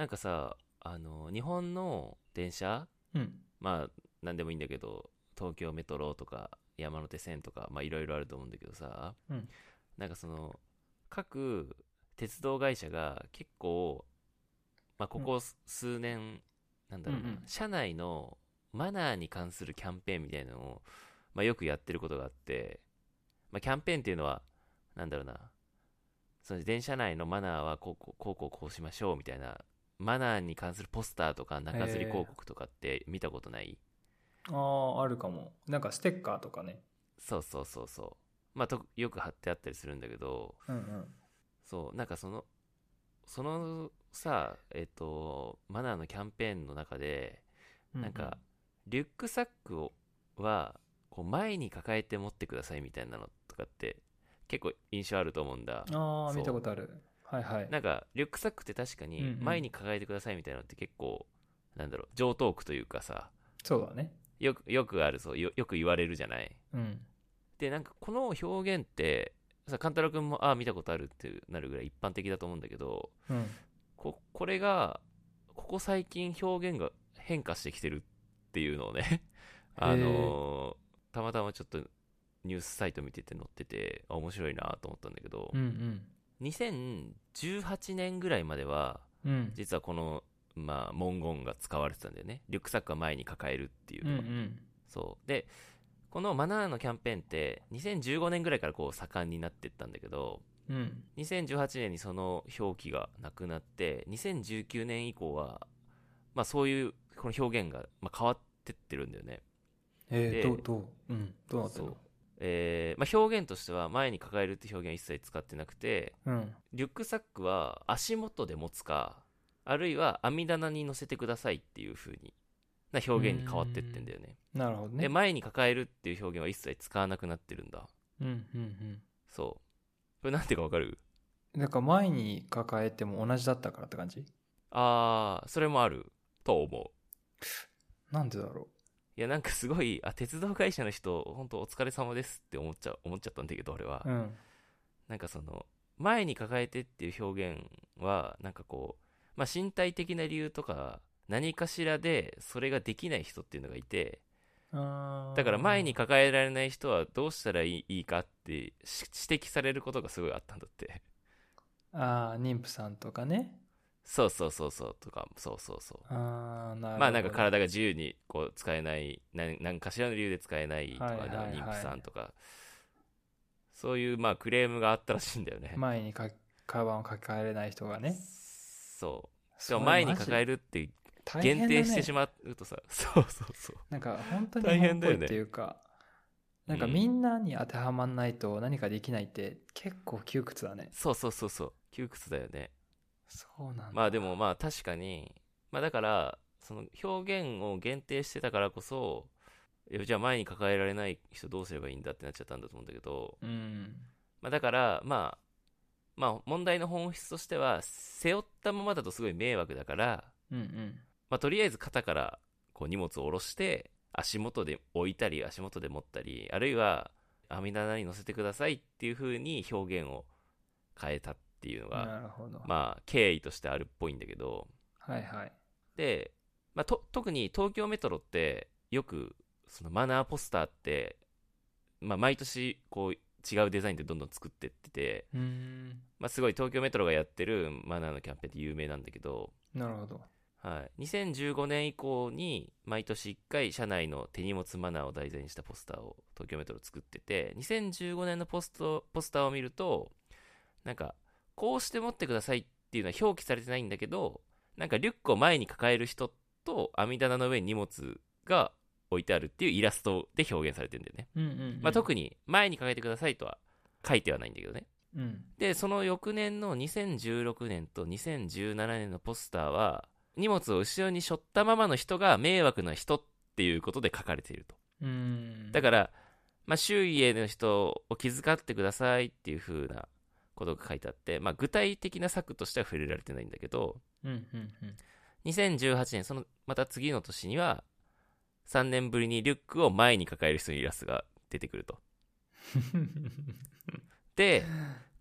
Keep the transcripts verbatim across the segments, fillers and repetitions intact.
なんかさ、あの日本の電車、 うん。 まあ何でもいいんだけど、東京メトロとか山手線とかまあいろいろあると思うんだけどさ、 うん。 なんかその各鉄道会社が結構、まあ、こうん。 こ数年、なんだろうな、 うん。 社内のマナーに関するキャンペーンみたいなのを、まあ、よくやってることがあって、まあ、キャンペーンっていうのは、なんだろうな、その電車内のマナーはこうこうこうこうこうしましょうみたいな、マナーに関するポスターとか中吊り広え告とかって見たことない？ ー、ああ、あるかも。なんかステッカーとかね。 そうそうそうそう。まあとよく貼ってあったりするんだけど、 うんうん。 そうなんかそのそのさ、えっとマナーのキャンペーンの中で、 うんうん。 なんかリュックサックをはこう前に抱えて持ってくださいみたいなのとかって結構印象あると思うんだ。 ああ、見たそことある。はいはい。 うなんかリュックサックって確かうんうに前ん。 に抱えてくださいみたいなのって結構、なんだろう、常套句というかさ、 そうだね。 よくよくある、そうよ、よく言われるじゃない。 うん。 でなんかこの表現ってさ、勘太郎君もああ見たことあるってなるぐらい一般的だと思うんだけど、 うん。 ここれがここ最近表現が変化してきてるっていうのをねへあえ。 のーたまたまちょっとニュースサイト見てて載ってて、あ面白いなと思ったんだけど、 うんうん。 にせんじゅうはちねんぐらいまではうん。 実はこの、まあ、文言が使われてたんだよね。リュックサックは前に抱えるっていううんうのは。 ん。 そうで、このマナーのキャンペーンってにせんじゅうごねんぐらいからこう盛んになっていったんだけど、 うん。 にせんじゅうはちねんにその表記がなくなって、にせんじゅうきゅうねん以降は、まあ、そういうこの表現が、まあ、変わってってるんだよね。 えー、どう、 で、 どう、うん。どうなってんの？ そう、えーまあ、表現としては前に抱えるって表現は一切使ってなくて、 うん。 リュックサックは足元で持つか、あるいは網棚に乗せてくださいっていう風になうー表現に変わってってんん。 だよね。 なるほどね。 で、前に抱えるっていう表現は一切使わなくなってるんだ。 うんうんそう。これなんていうかわかる？ うん。だから前に抱えても同じだったからって感じ？ あー、それもあると思う。 なんでだろいや、なんかすごい、あ、鉄道会社の人、本当お疲れ様ですって思っちゃう、思っちゃったんだけど、俺は。 う。うん。 なんかその、前に抱えてっていう表現は、なんかこう、まあ身体的な理由とか、何かしらでそれができない人っていうのがいて、だから前にあ抱えられない人はどうしたらいいいいかってし指摘されることがすごいあったんだって。 ーあー、妊婦さんとかね。 そうそうそうそうとか、そうそうそう。 ああ、なまあなんかるほど。 体が自由にこう使えない、何何かしらの理由で使えないとか、 はいだから妊婦はいはい。 さんとか、そういうまあクレームがあったらしいんだよね。 前にか、カバンを抱えれない人がね。 そう。でもそれ前にマジ抱えるって大限変だね。 定してしまうとさ、そうそうそう。 なんか本当日大本っぽいっ変だよね。 ていうか、なんかみうん。 んなに当てはまんないと何かできないって結構窮屈だね。 そうそうそうそう。窮屈だよね。 そうなんまあでもだ。 まあ確かに、まあだから、その表現を限定してたからこそ、いやじゃあ前に抱えられない人どうすればいいんだってなっちゃったんだと思うんだけど、 うん。 まあだから、まあ、まあ問題の本質としては、背負ったままだとすごい迷惑だから、 うんうん。 まあとりあえず肩からこう荷物を下ろして、足元で置いたり、足元で持ったり、あるいは網棚に乗せてくださいっていう風に表現を変えたっていうのが、 なるほど。 まあ経緯としてあるっぽいんだけど、 はいはい。 で、まあ、と特に東京メトロってよくそのマナーポスターって、まあ、毎年こう違うデザインでどんどん作ってってて、 うーん。 まあ、すごい東京メトロがやってるマナーのキャンペーンって有名なんだけど、 なるほど。 はい、にせんじゅうごねん以降に毎年いっかい社内の手荷物マナーを題材にしたポスターを東京メトロ作ってて、にせんじゅうごねんのポストポスターを見ると、なんかこうして持ってくださいっていうのは表記されてないんだけど、なんかリュックを前に抱える人と網棚の上に荷物が置いてあるっていうイラストで表現されてるんだよね。 うんうんうまあ、 ん。 特に前に抱えてくださいとは書いてはないんだけどね。 うん。 で、その翌年のにせんじゅうろくねんとにせんじゅうななねんのポスターは、荷物を後ろに背負ったままの人が迷惑な人っていうことで書かれていると。 うーん。 だから、まあ、周囲への人を気遣ってくださいっていう風なことが書いてあって、まあ、具体的な策としては触れられてないんだけど、 うんうんうん。 にせんじゅうはちねん、そのまた次の年には、さんねんぶりにリュックを前に抱える人のイラストが出てくると。で、こっ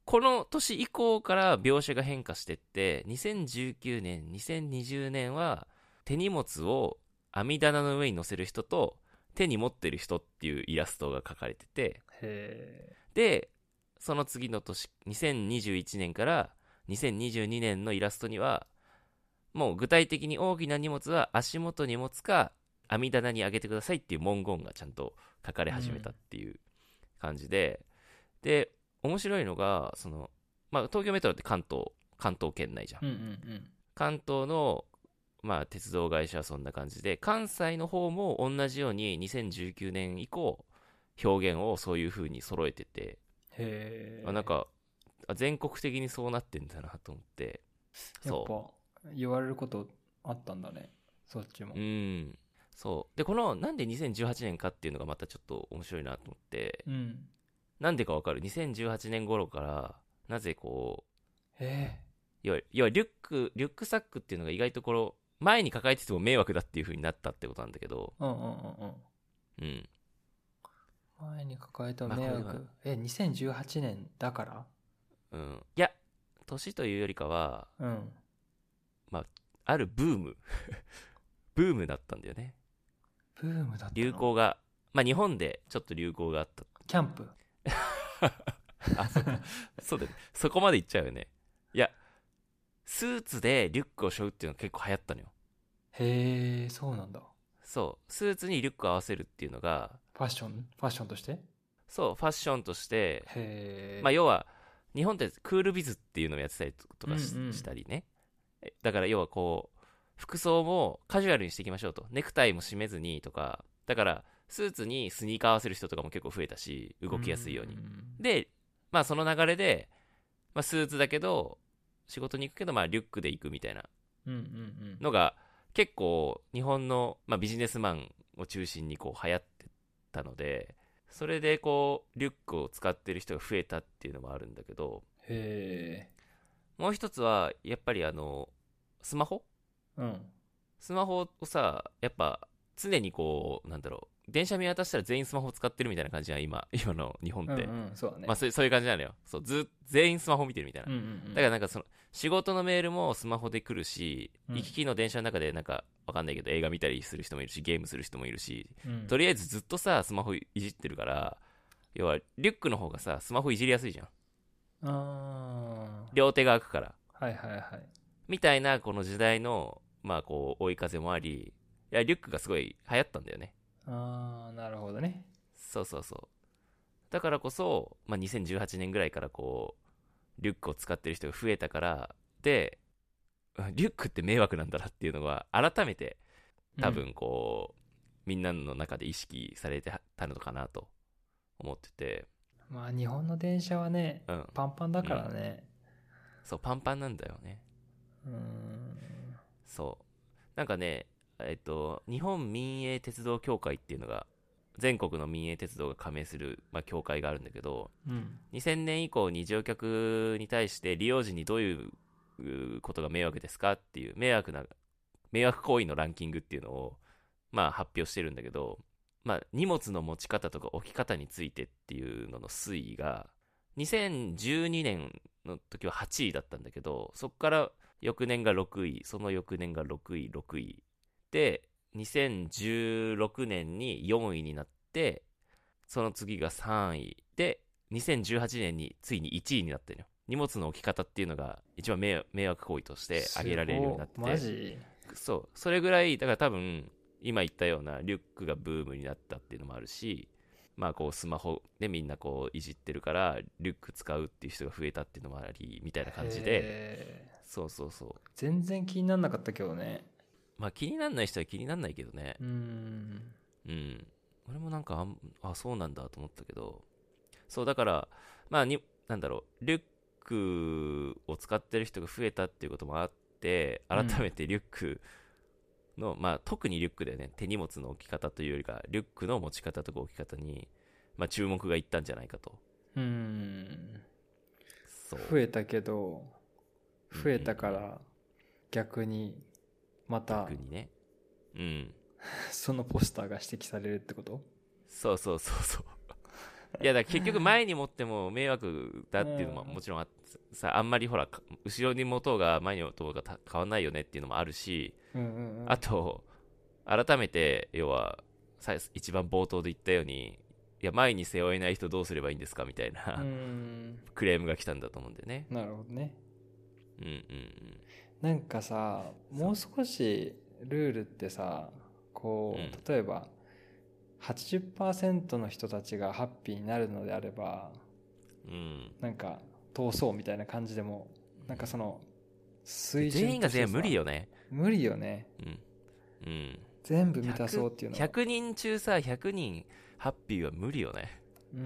この年以降から描写が変化してって、にせんじゅうきゅうねんにせんにじゅうねんは手荷物を網棚の上に乗せる人と手に持ってる人っていうイラストが描かれてて、 へでその次の年にせんにじゅういちねんからにせんにじゅうにねんのイラストにはもう具体的に大きな荷物は足元に持つか網棚に上げてくださいっていう文言がちゃんと書かれ始めたっていう感じで、うん、で面白いのがその、まあ、東京メトロって関東関東圏内じゃん、 うんうんうん、 関東の、まあ、鉄道会社はそんな感じで、関西の方も同じようににせんじゅうきゅうねん以降表現をそういう風に揃えてて、 へあなんか全国的にそうなってんだなと思って、 やっぱ言われることあったんだね、そっちも。 うん、そうでこのなんでにせんじゅうはちねんかっていうのがまたちょっと面白いなと思って、 うん、 なんでかわかる？ にせんじゅうはち 年頃からなぜこう、 え要は要はリュックリュックサックっていうのが意外とこの前に抱えてても迷惑だっていう風になったってことなんだけど、 うんうんうんうんうん前に抱えた迷惑、 まあ、 えにせんじゅうはちねんだから？ うん、いや年というよりかは、 うん、 まああるブームブームだったんだよね。 ブームだったの？ 流行が、まあ日本でちょっと流行があった。 キャンプあ、そっか。そうだね。そこまでいっちゃうよね。いや、スーツでリュックを背負うっていうのが結構流行ったのよ。 へえ、そうなんだ。 そう。スーツにリュックを合わせるっていうのが、 ファッションファッションとして？ そう、ファッションとして、 へえ。 まあ要は、日本ってクールビズっていうのをやってたりとかし,、 うんうんしたりね。だから要はこう、服装もカジュアルにしていきましょうと。ネクタイも締めずにとか。だから、スーツにスニーカー合わせる人とかも結構増えたし、動きやすいように。で、まあその流れで、まあ、スーツだけど、仕事に行くけど、まあリュックで行くみたいなのが、結構日本の、まあ、ビジネスマンを中心にこう流行ってたので、それでこう、リュックを使ってる人が増えたっていうのもあるんだけど、 へえ。 もう一つは、やっぱりあの、スマホうん。 スマホをさ、やっぱ常にこう、なんだろう、電車見渡したら全員スマホ使ってるみたいな感じじゃん、今、今の日本って。 うんうん、そうだね。 まあそういう、そういう感じなのよ。そう、ず、全員スマホ見てるみたいな。 うんうんうん、 だからなんかその、仕事のメールもスマホで来るし、 うん、 行き来の電車の中でなんか、わかんないけど映画見たりする人もいるし、ゲームする人もいるし、 うん、 とりあえずずっとさ、スマホいじってるから、要は、リュックの方がさ、スマホいじりやすいじゃん。 あー。 両手が空くから。 はいはいはい。 みたいな、この時代の、まあこう、追い風もあり、いや、リュックがすごい流行ったんだよね。 あー、なるほどね。 そうそうそう。だからこそ、まあ、にせんじゅうはちねんぐらいからこう、リュックを使ってる人が増えたから、で、リュックって迷惑なんだなっていうのが、改めて、多分こう、うん、みんなの中で意識されてたのかなと思ってて。 まあ日本の電車はね、 うん、 パンパンだからね、 うん。そう、パンパンなんだよね。 うーん。 そう。なんかね、えっと、日本民営鉄道協会っていうのが、全国の民営鉄道が加盟する、まあ、協会があるんだけど、 うん、 にせんねん以降に乗客に対して利用時にどういうことが迷惑ですかっていう迷惑な迷惑行為のランキングっていうのを、まあ、発表してるんだけど、まあ、荷物の持ち方とか置き方についてっていうのの推移がにせんじゅうにねんの時ははちいだったんだけど、そこから翌年がろくい、その翌年がろくいろくいでにせんじゅうろくねんによんいになって、その次がさんいで、にせんじゅうはちねんについにいちいになってるよ。荷物の置き方っていうのが一番迷惑行為として挙げられるようになってて、 マジ？ そう、それぐらいだから多分今言ったようなリュックがブームになったっていうのもあるし、まあこうスマホでみんなこういじってるからリュック使うっていう人が増えたっていうのもありみたいな感じで、そうそうそう。 全然気にならなかったけどね。 まあ気にならない人は気にならないけどね。 うーん。 うん。俺もなんかあ、あ、そうなんだと思ったけど、そうだからまあになんだろう、リュックを使ってる人が増えたっていうこともあって、改めてリュックの、うん、まあ特にリュックだよね、手荷物の置き方というよりかリュックの持ち方とか置き方に、まあ、注目がいったんじゃないかと。 うーん。 そう増えたけど増えたから逆にまた逆にね、うんそのポスターが指摘されるってこと？ そうそうそうそういやだから結局前に持っても迷惑だっていうのももちろんあってさ、あんまりほら後ろに持とうが前に持とうがた変わんないよねっていうのもあるし、 うんうんうん、 あと改めて要はさ一番冒頭で言ったように、いや前に背負えない人どうすればいいんですかみたいな、 うん、 クレームが来たんだと思うんでね。 なるほどね。 うんうんなんかさ、もう少しルールってさ、こう、 うん例えばはちじゅっパーセントの人たちがハッピーになるのであれば、 うん、 なんか通そうみたいな感じでも、なんかその水準全員が全員無理よ。 よね。 無理よね。 うん、うん、 全部満たそうっていうのは。 ひゃくにん中さひゃくにんハッピーは無理よね。 うん、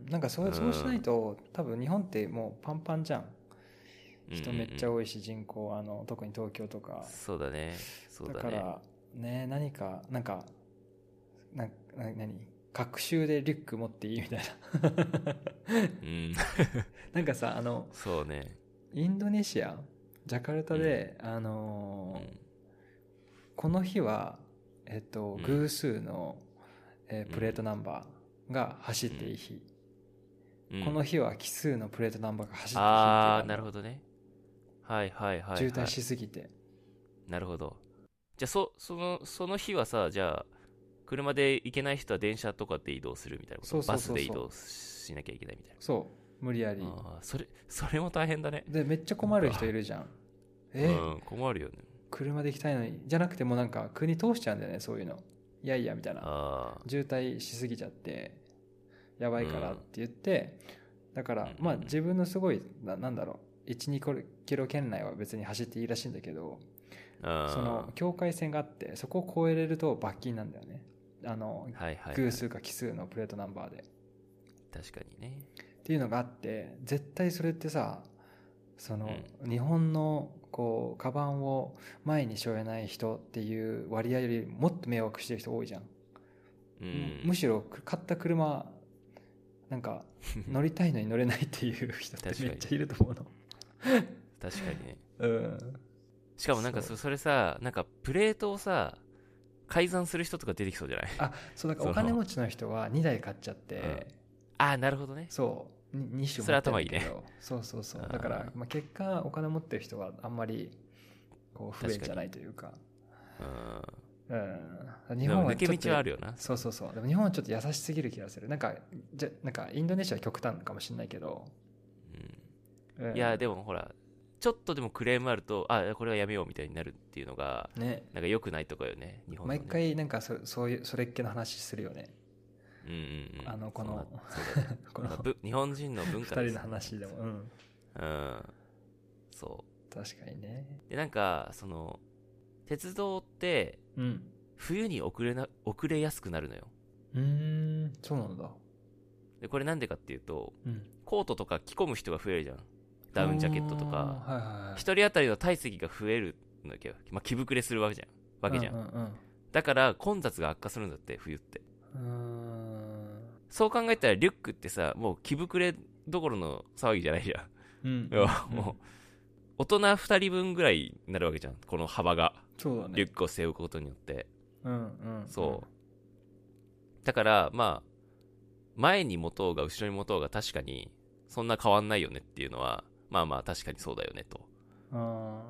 なんかそう、 うんそうしないと多分日本ってもうパンパンじゃん。人めっちゃい。 多いし、人口あの特に東京とか。 そうだねそうだね。 だからね、何かなんかなな何隔週でリュック持っていいみたいなうんなんかさ、あのそうね。 インドネシアジャカルタで、あのーうんこの日はえっとうん偶数の、えープレートナンバーが走っていい日、 うんこの日は奇数のプレートナンバーが走っていい日っていうのああがあるの。 なるほどね。はいはいはい、はい、 渋滞しすぎて。 なるほど。じゃあそそのその日はさ、じゃあ車で行けない人は電車とかで移動するみたいなこと。 そうそうそうそう、 バスで移動しなきゃいけないみたいな。 そう無理やりああそれそれも大変だね。 で、めっちゃ困る人いるじゃん。え、 うん困るよね。 車で行きたいのにじゃなくてもなんか国通しちゃうんだよね、そういうの。いやいやみたいな、 ああ渋滞しすぎちゃってやばいからって言って、だからうんまあ自分のすごいな、なんだろう、いち、にキロ圏内は別に走っていいらしいんだけど、 あその境界線があってそこを越えれると罰金なんだよね。あの、 はいはい、はい、 偶数か奇数のプレートナンバーで確かにね。 っていうのがあって、絶対それってさ、その、 うん日本のこうカバンを前に背負えない人っていう割合よりもっと迷惑してる人多いじゃん。 うんむしろ買った車なんか乗りたいのに乗れないっていう人ってめっちゃいると思うの。 確かにね。 うんしかもなんかそそれさ、なんかプレートをさ改ざんする人とか出てきそうじゃない？ あ、そうだからお金持ちの人はにだい買っちゃって、 うん、ああなるほどね。 そうに種持ってるんだけど、 それ頭いいね。 そうそうそう、だから、まあ、結果お金持ってる人はあんまりこう不便じゃないというか、 うん、 うん、日本は抜け道はあるよな。 そうそうそう、でも日本はちょっと優しすぎる気がする。なんかじゃなんかインドネシアは極端かもしれないけど、 うんうん、 いやでもほらちょっとでもクレームあると、あこれはやめようみたいになるっていうのが、 ね、 なんか良くないとこよね、日本のね。 毎回なんか そ, そういうそれっけの話するよね。 うんうんうん、 あのこのそうだねこの日本人の文化です、ね、 ふたりの話でも、うん、 うん、そう確かにね。 でなんかその鉄道ってうん冬に遅れな遅れやすくなるのよ。 うーん、そうなんだ。 でこれなんでかっていうと、 うん、 コートとか着込む人が増えるじゃん。ダウンジャケットとか、 はいはいはい、 一人当たりの体積が増えるんだけど、まあ、着膨れするわけじゃんわけじゃん、 うんうんうん、 だから混雑が悪化するんだって冬って。 うーん、 そう考えたらリュックってさ、もう着膨れどころの騒ぎじゃないじゃん、 うん要はもう大人ふたりぶんぐらいになるわけじゃん、この幅が。 そうだね、 リュックを背負うことによって、 うんうん、 そうだからまあ前に持とうが後ろに持とうが確かにそんな変わんないよねっていうのはまあまあ確かにそうだよねと。 あ、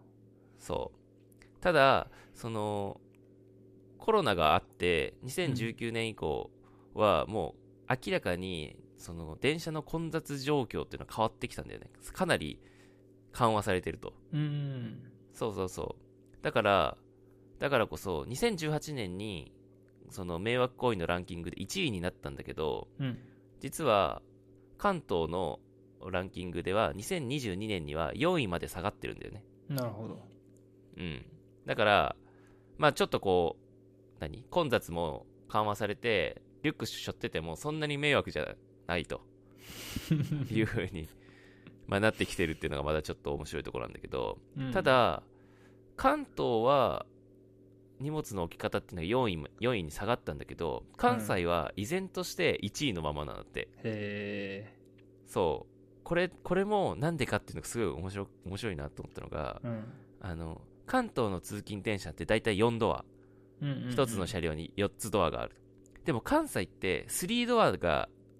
そうただそのコロナがあってにせんじゅうきゅうねん以降はもう明らかにその電車の混雑状況っていうのは変わってきたんだよね。かなり緩和されてると。 うん、 そうそうそうだからだからこそにせんじゅうはちねんにその迷惑行為のランキングでいちいになったんだけど、 うん、 実は関東のランキングではにせんにじゅうにねんにはよんいまで下がってるんだよね。 なるほど。 うんだからまあちょっとこう何混雑も緩和されてリュック背負っててもそんなに迷惑じゃないという風にまあなってきてるっていうのがまだちょっと面白いところなんだけど、うん、ただ関東は荷物の置き方っていうのがよんい、よんいに下がったんだけど、関西は依然としていちいのままなんだって、うん、へえ。 そうこれこれもなんでかっていうのがすごい面白面白いなと思ったのが、うん、あの関東の通勤電車ってだいたいよんドア、うんうんうん、ひとつの車両によっつドアがある。でも関西ってさんドアが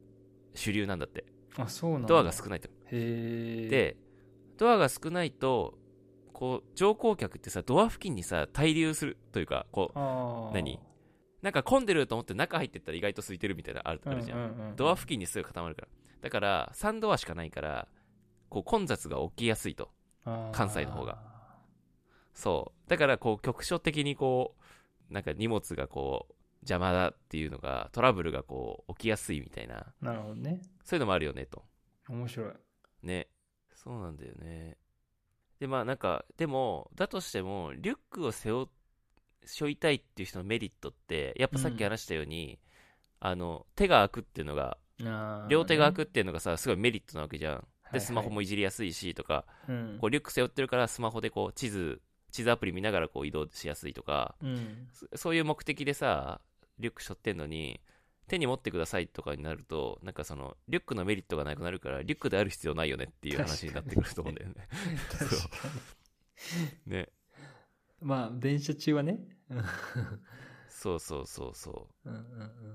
主流なんだって。 あ、そうなんだ。 ドアが少ないと。 へえ。 でドアが少ないとこう乗降客ってさ、ドア付近にさ滞留するというか、こう何なんか混んでると思って中入ってったら意外と空いてるみたいなある、あるじゃん、うんうんうんうん、ドア付近にすぐ固まるから。だからさんドアしかないからこう混雑が起きやすいと、関西の方が。そうだからこう局所的にこうなんか荷物がこう邪魔だっていうのが、トラブルがこう起きやすいみたいな。 なるほどね。 そういうのもあるよねと。 面白いね。そうなんだよね。でまあなんかでもだとしてもリュックを背負背負いたいっていう人のメリットってやっぱさっき話したように、うん、あの手が空くっていうのが、両手が空くっていうのがさすごいメリットなわけじゃん。でスマホもいじりやすいしとか、はいはい、こうリュック背負ってるからスマホでこう地図地図アプリ見ながらこう移動しやすいとか、うん、そ, そういう目的でさリュック背負ってんのに手に持ってくださいとかになると、なんかそのリュックのメリットがなくなるからリュックである必要ないよねっていう話になってくると思うんだよね。確かにね。 まあ電車中はね。 そうそうそうそう、 うんうんうん、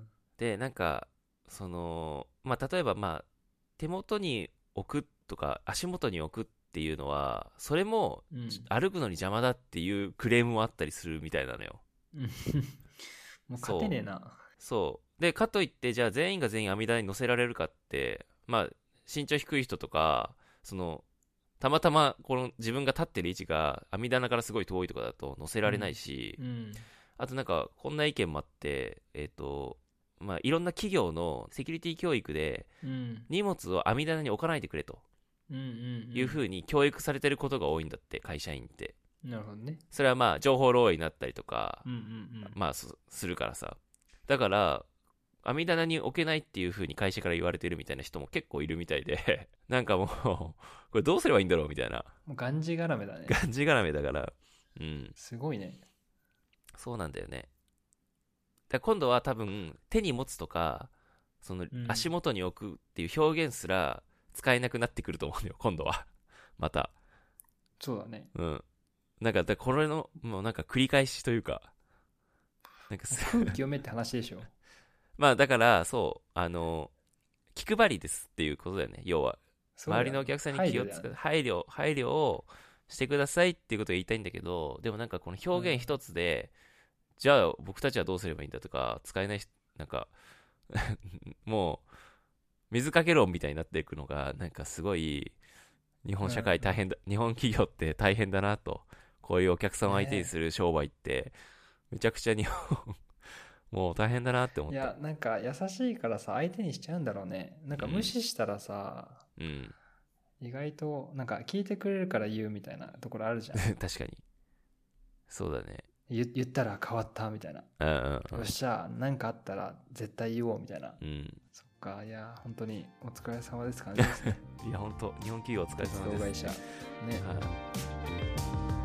でなんかそのまあ例えばまあ手元に置くとか足元に置くっていうのはそれも歩くのに邪魔だっていうクレームもあったりするみたいなのよ。 もう勝てねえな。 そうでかといってじゃあ全員が全員網棚に乗せられるかって、まあ身長低い人とかそのたまたまこの自分が立ってる位置が網棚からすごい遠いとかだと乗せられないし、うんうん、あとなんかこんな意見もあって、えーとまあ、いろんな企業のセキュリティ教育で、うん、荷物を網棚に置かないでくれと、うんうんうん、いう風に教育されてることが多いんだって、会社員って。 なるほどね。 それはまあ情報漏洩になったりとか、 うんうんうん、 まあ す, するからさ。だから網棚に置けないっていう風に会社から言われてるみたいな人も結構いるみたいでなんかもうこれどうすればいいんだろうみたいな。 もうがんじがらめだね。 がんじがらめだから、うん、 すごいね。 そうなんだよね。だ今度は多分手に持つとかその足元に置くっていう表現すら使えなくなってくると思うんだよ今度はまた。 そうだね。 うん。なんかだこれのもうなんか繰り返しというか、 なんか空気読めって話でしょ。 まあだからそうあの気配りですっていうことだよね、要は。周りのお客さんに気をつけ、配慮、配慮をしてくださいっていうことを言いたいんだけど、でもなんかこの表現一つで、うん、じゃあ僕たちはどうすればいいんだとか使えないなんかもう水かけ論みたいになっていくのがなんかすごい日本社会大変だ、うん、日本企業って大変だなと。こういうお客さんを相手にする商売ってめちゃくちゃ日本もう大変だなって思った。 いやなんか優しいからさ相手にしちゃうんだろうね。なんか無視したらさ、 うん、 意外となんか聞いてくれるから言うみたいなところあるじゃん。 確かにそうだね。 言, 言ったら変わったみたいな、 うんうんうん、 よっしゃ何かあったら絶対言おうみたいな、 うん、 そっか。いや本当にお疲れ様です感じですね。 いや本当日本企業お疲れ様です。 鉄道会社ね、 はい